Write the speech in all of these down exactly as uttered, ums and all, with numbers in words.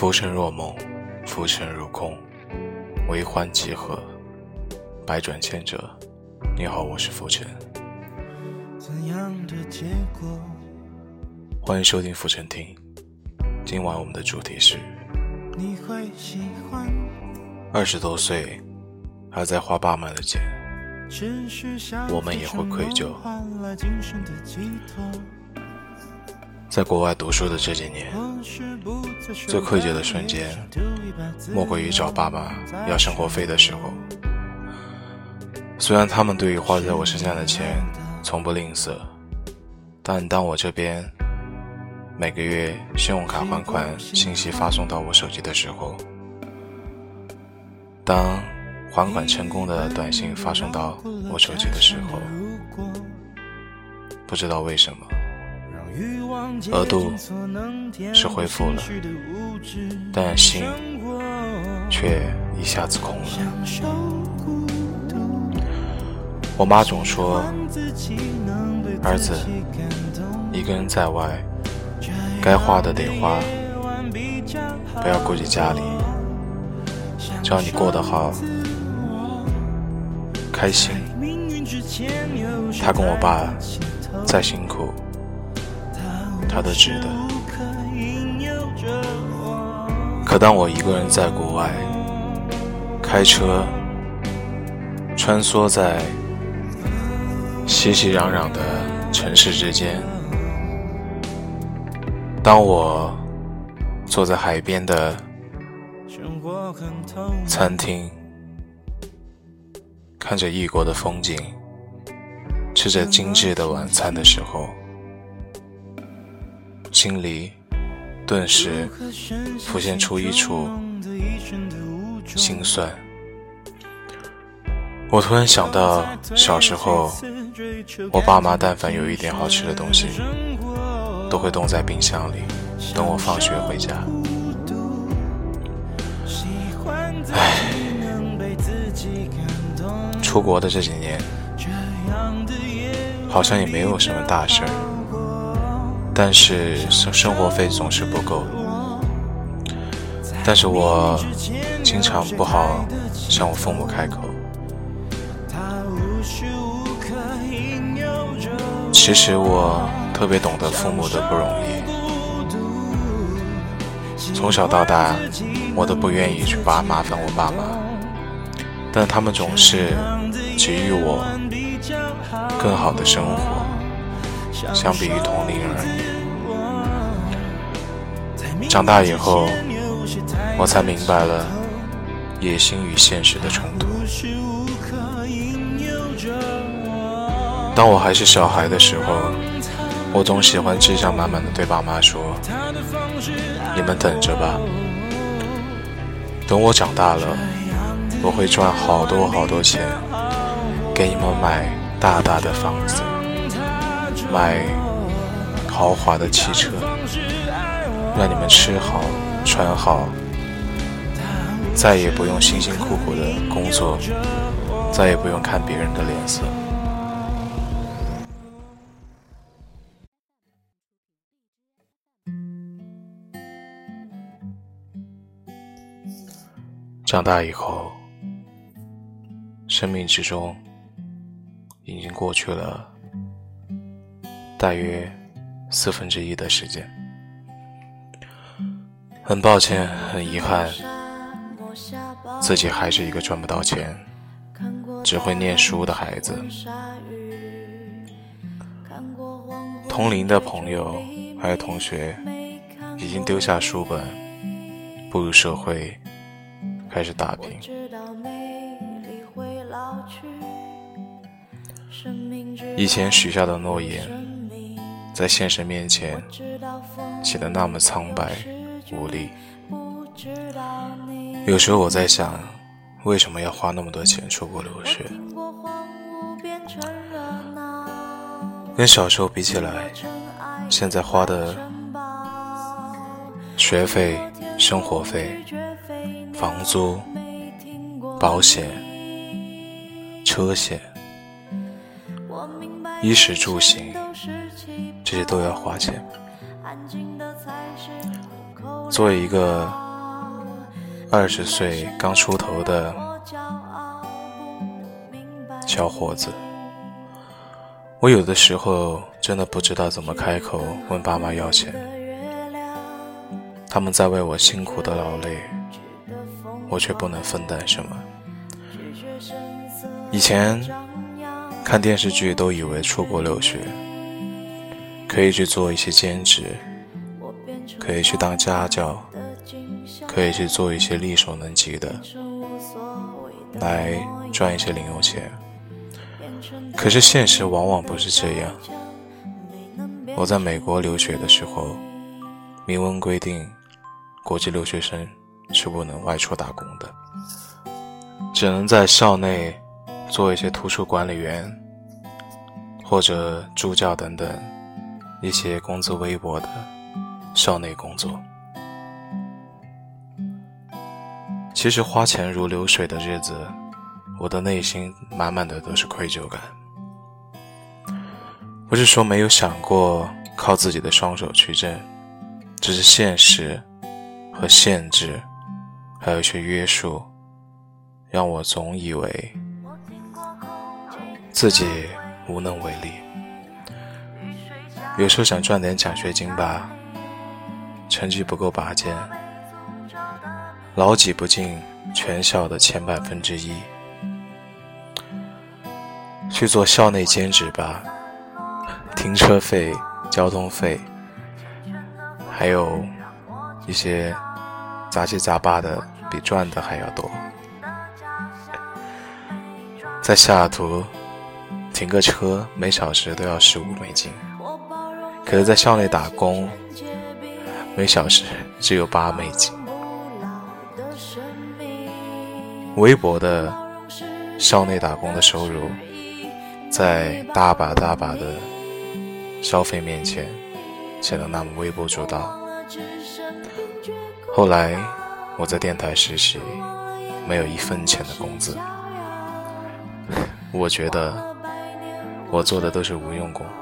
浮沉若梦，浮沉如空，为欢即合，百转千折。你好，我是浮沉。欢迎收听浮沉听。今晚我们的主题是二十多岁还在花爸妈的钱，我们也会愧疚。在国外读书的这几年，最愧疚的瞬间莫过于找爸妈要生活费的时候。虽然他们对于花在我身上的钱从不吝啬，但当我这边每个月信用卡还款信息发送到我手机的时候，当还款成功的短信发送到我手机的时候，不知道为什么额度是恢复了，但心却一下子空了。我妈总说，儿子一个人在外，该花的得花，不要顾及家里，只要你过得好开心。他跟我爸再辛苦他都值得。可当我一个人在国外开车穿梭在熙熙攘攘的城市之间，当我坐在海边的餐厅看着异国的风景，吃着精致的晚餐的时候，心里顿时浮现出一处心酸。我突然想到，小时候我爸妈但凡有一点好吃的东西，都会冻在冰箱里等我放学回家。唉，出国的这几年好像也没有什么大事儿，但是生活费总是不够。但是我经常不好向我父母开口。其实我特别懂得父母的不容易，从小到大我都不愿意去把麻烦我爸妈，但他们总是给予我更好的生活，相比于同龄人而言。长大以后我才明白了野心与现实的冲突。当我还是小孩的时候，我总喜欢志向满满的对爸妈说，你们等着吧，等我长大了，我会赚好多好多钱，给你们买大大的房子，买豪华的汽车，让你们吃好穿好，再也不用辛辛苦苦的工作，再也不用看别人的脸色。长大以后，生命之中已经过去了大约四分之一的时间。很抱歉，很遗憾，自己还是一个赚不到钱只会念书的孩子。同龄的朋友还有同学已经丢下书本步入社会开始打拼。以前许下的诺言在现实面前显得那么苍白无力。有时候我在想，为什么要花那么多钱出国留学？跟小时候比起来，现在花的学费、生活费、房租、保险、车险、衣食住行，这些都要花钱。作为一个二十岁刚出头的小伙子，我有的时候真的不知道怎么开口问爸妈要钱。他们在为我辛苦的劳累，我却不能分担什么。以前看电视剧都以为出国留学可以去做一些兼职，可以去当家教，可以去做一些力所能及的，来赚一些零用钱。可是现实往往不是这样。我在美国留学的时候，明文规定国际留学生是不能外出打工的，只能在校内做一些图书管理员或者助教等等一些工资微薄的校内工作。其实花钱如流水的日子，我的内心满满的都是愧疚感。不是说没有想过靠自己的双手去挣，只是现实和限制还有一些约束，让我总以为自己无能为力。有时候想赚点奖学金吧，成绩不够拔尖，老挤不进全校的前百分之一。去做校内兼职吧，停车费、交通费，还有一些杂七杂八的，比赚的还要多。在西雅图停个车每小时都要十五美金，可是在校内打工每小时只有八美金。微薄的校内打工的收入，在大把大把的消费面前显得那么微不足道。后来我在电台实习，没有一分钱的工资，我觉得我做的都是无用功。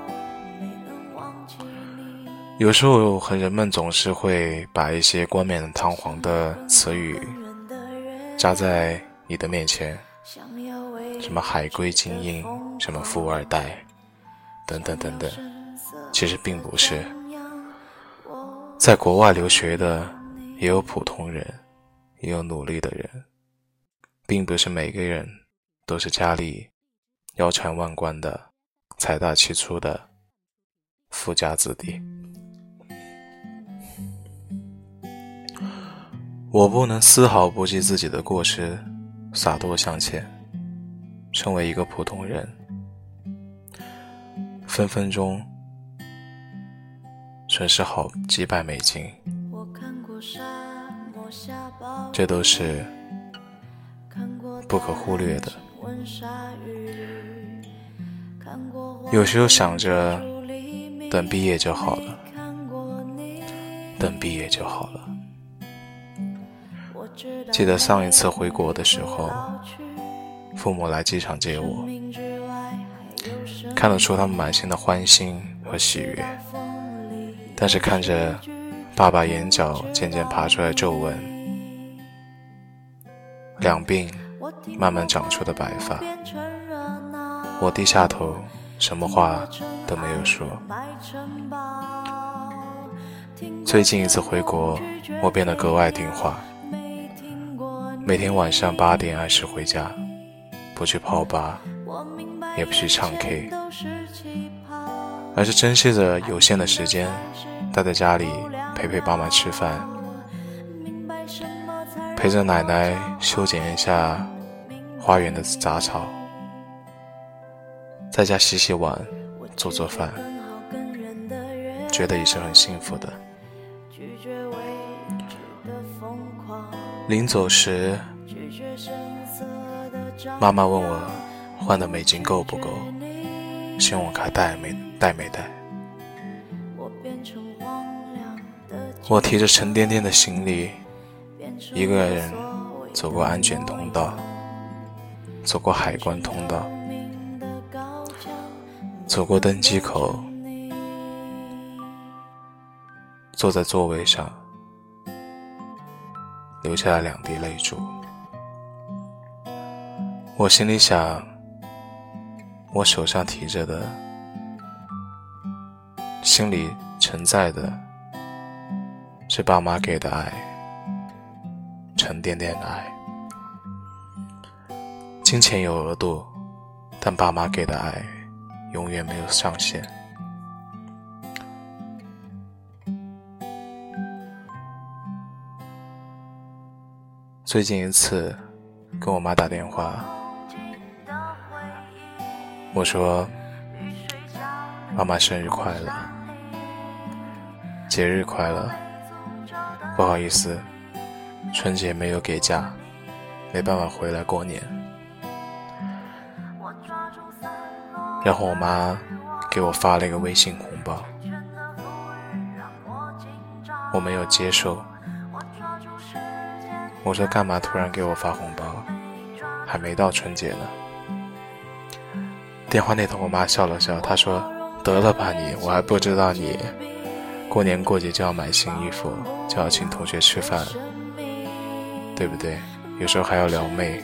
有时候人们总是会把一些冠冕堂皇的词语扎在你的面前，什么海归精英，什么富二代等等等等，其实并不是。在国外留学的也有普通人，也有努力的人，并不是每个人都是家里腰缠万贯的财大气粗的富家子弟。我不能丝毫不计自己的过失，洒脱向前。身为一个普通人，分分钟损失好几百美金，这都是不可忽略的。有时候想着等毕业就好了，等毕业就好了。记得上一次回国的时候，父母来机场接我，看得出他们满心的欢欣和喜悦，但是看着爸爸眼角渐渐爬出来皱纹，两鬓慢慢长出的白发，我低下头，什么话都没有说。最近一次回国，我变得格外听话，每天晚上八点按时回家，不去泡吧，也不去唱 K， 而是珍惜着有限的时间，待在家里陪陪爸妈吃饭，陪着奶奶修剪一下花园的杂草，在家洗洗碗，做做饭，觉得也是很幸福的。临走时，妈妈问我换的美金够不够，信用卡带没带没带。我提着沉甸甸的行李，一个人走过安检通道，走过海关通道，走过登机口，坐在座位上， 流下了两滴泪珠。我心里想，我手上提着的，心里承载的是爸妈给的爱，沉甸甸的爱。金钱有额度，但爸妈给的爱永远没有上限。最近一次跟我妈打电话，我说妈妈生日快乐，节日快乐，不好意思，春节没有给假，没办法回来过年。然后我妈给我发了一个微信红包，我没有接受。我说干嘛突然给我发红包，还没到春节呢。电话那头我妈笑了笑，她说得了吧你，我还不知道你过年过节就要买新衣服，就要请同学吃饭，对不对？有时候还要撩妹。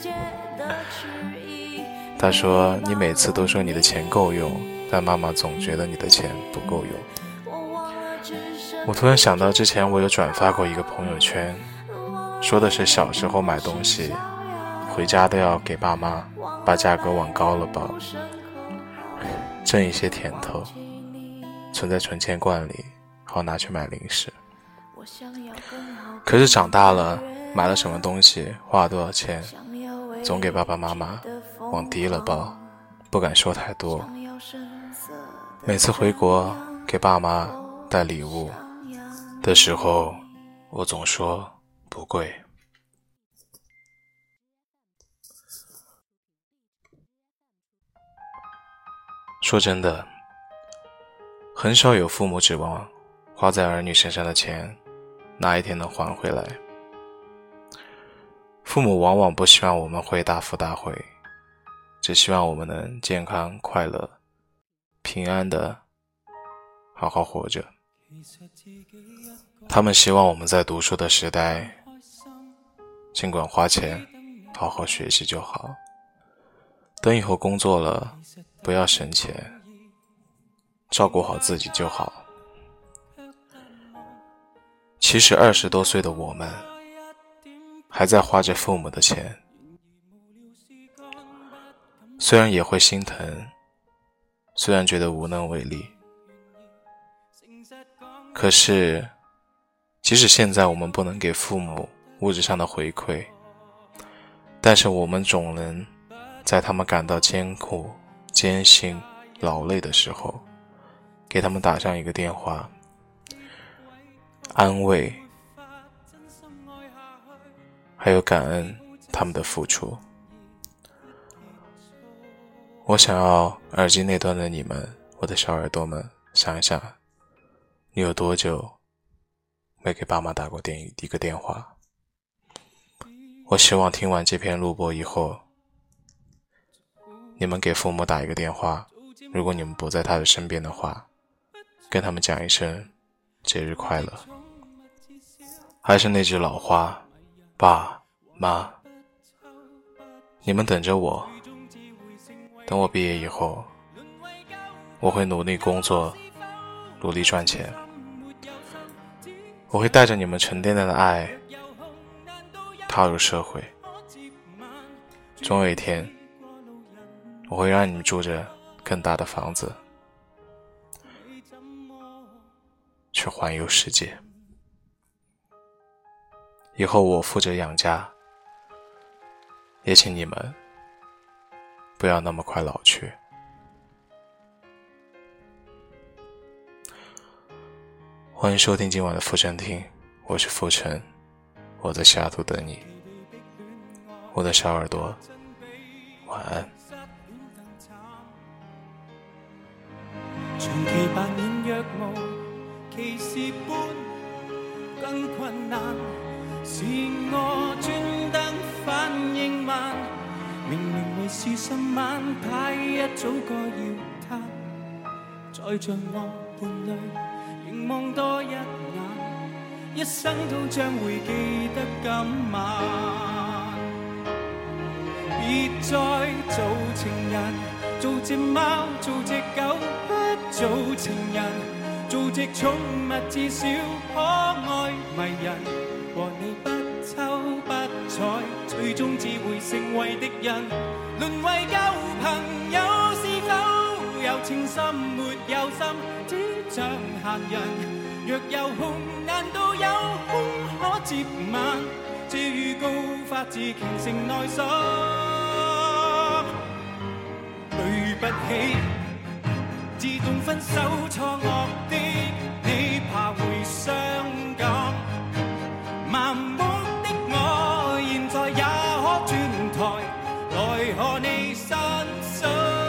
她说你每次都说你的钱够用，但妈妈总觉得你的钱不够用。我突然想到之前我有转发过一个朋友圈，说的是小时候买东西回家都要给爸妈把价格往高了报，挣一些甜头存在存钱罐里，好拿去买零食。可是长大了，买了什么东西，花了多少钱，总给爸爸妈妈往低了报，不敢说太多。每次回国给爸妈带礼物的时候，我总说不贵。说真的，很少有父母指望花在儿女身上的钱哪一天能还回来。父母往往不希望我们会大富大贵，只希望我们能健康快乐平安的好好活着。他们希望我们在读书的时代尽管花钱好好学习就好，等以后工作了不要省钱，照顾好自己就好。其实二十多岁的我们还在花着父母的钱，虽然也会心疼，虽然觉得无能为力，可是即使现在我们不能给父母物质上的回馈，但是我们总能在他们感到艰苦艰辛劳累的时候给他们打上一个电话，安慰还有感恩他们的付出。我想要耳机那端的你们，我的小耳朵们，想一想你有多久没给爸妈打过电一个电话。我希望听完这篇录播以后，你们给父母打一个电话，如果你们不在他的身边的话，跟他们讲一声节日快乐。还是那句老话，爸妈，你们等着我，等我毕业以后，我会努力工作，努力赚钱，我会带着你们沉甸甸的爱踏入社会，总有一天我会让你们住着更大的房子，去环游世界。以后我负责养家，也请你们不要那么快老去。欢迎收听今晚的浮沉听，我是浮沉，我在西雅图等你，我的小耳朵，晚安。 長期扮演若無其事般更困難，是我專登反應慢，明明為是十晚牌一早該要他，再像我伴侶凝望多一眼， 一生都將會記得今晚。別再做情人，做隻貓，做隻狗，不做情人，做隻寵物至少可愛迷人。和你不瞅不睬，最終只會成為敵人。淪為舊朋友是否有情深沒有心，只像閒人。若有空，難道有空可接吻？這預告發自虔誠內心。對不起，自動分手錯愕的你，怕會傷感。盲目的我，現在也可轉台來和你申訴。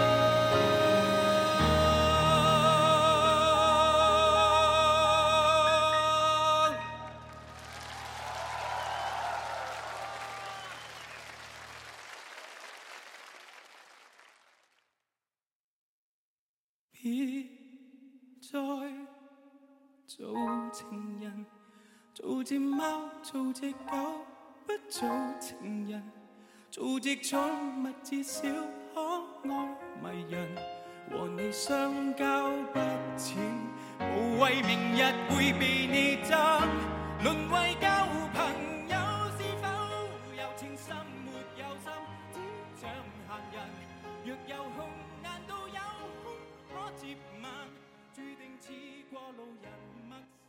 別再做情人，做隻貓，做隻狗，不做情人，做隻寵物至少可愛迷人。和你相交不淺，無謂明日會被你爭。淪為舊朋友是否有情深沒有心，只像閒人。若有空，難道有空可接吻？注定似過路人陌生。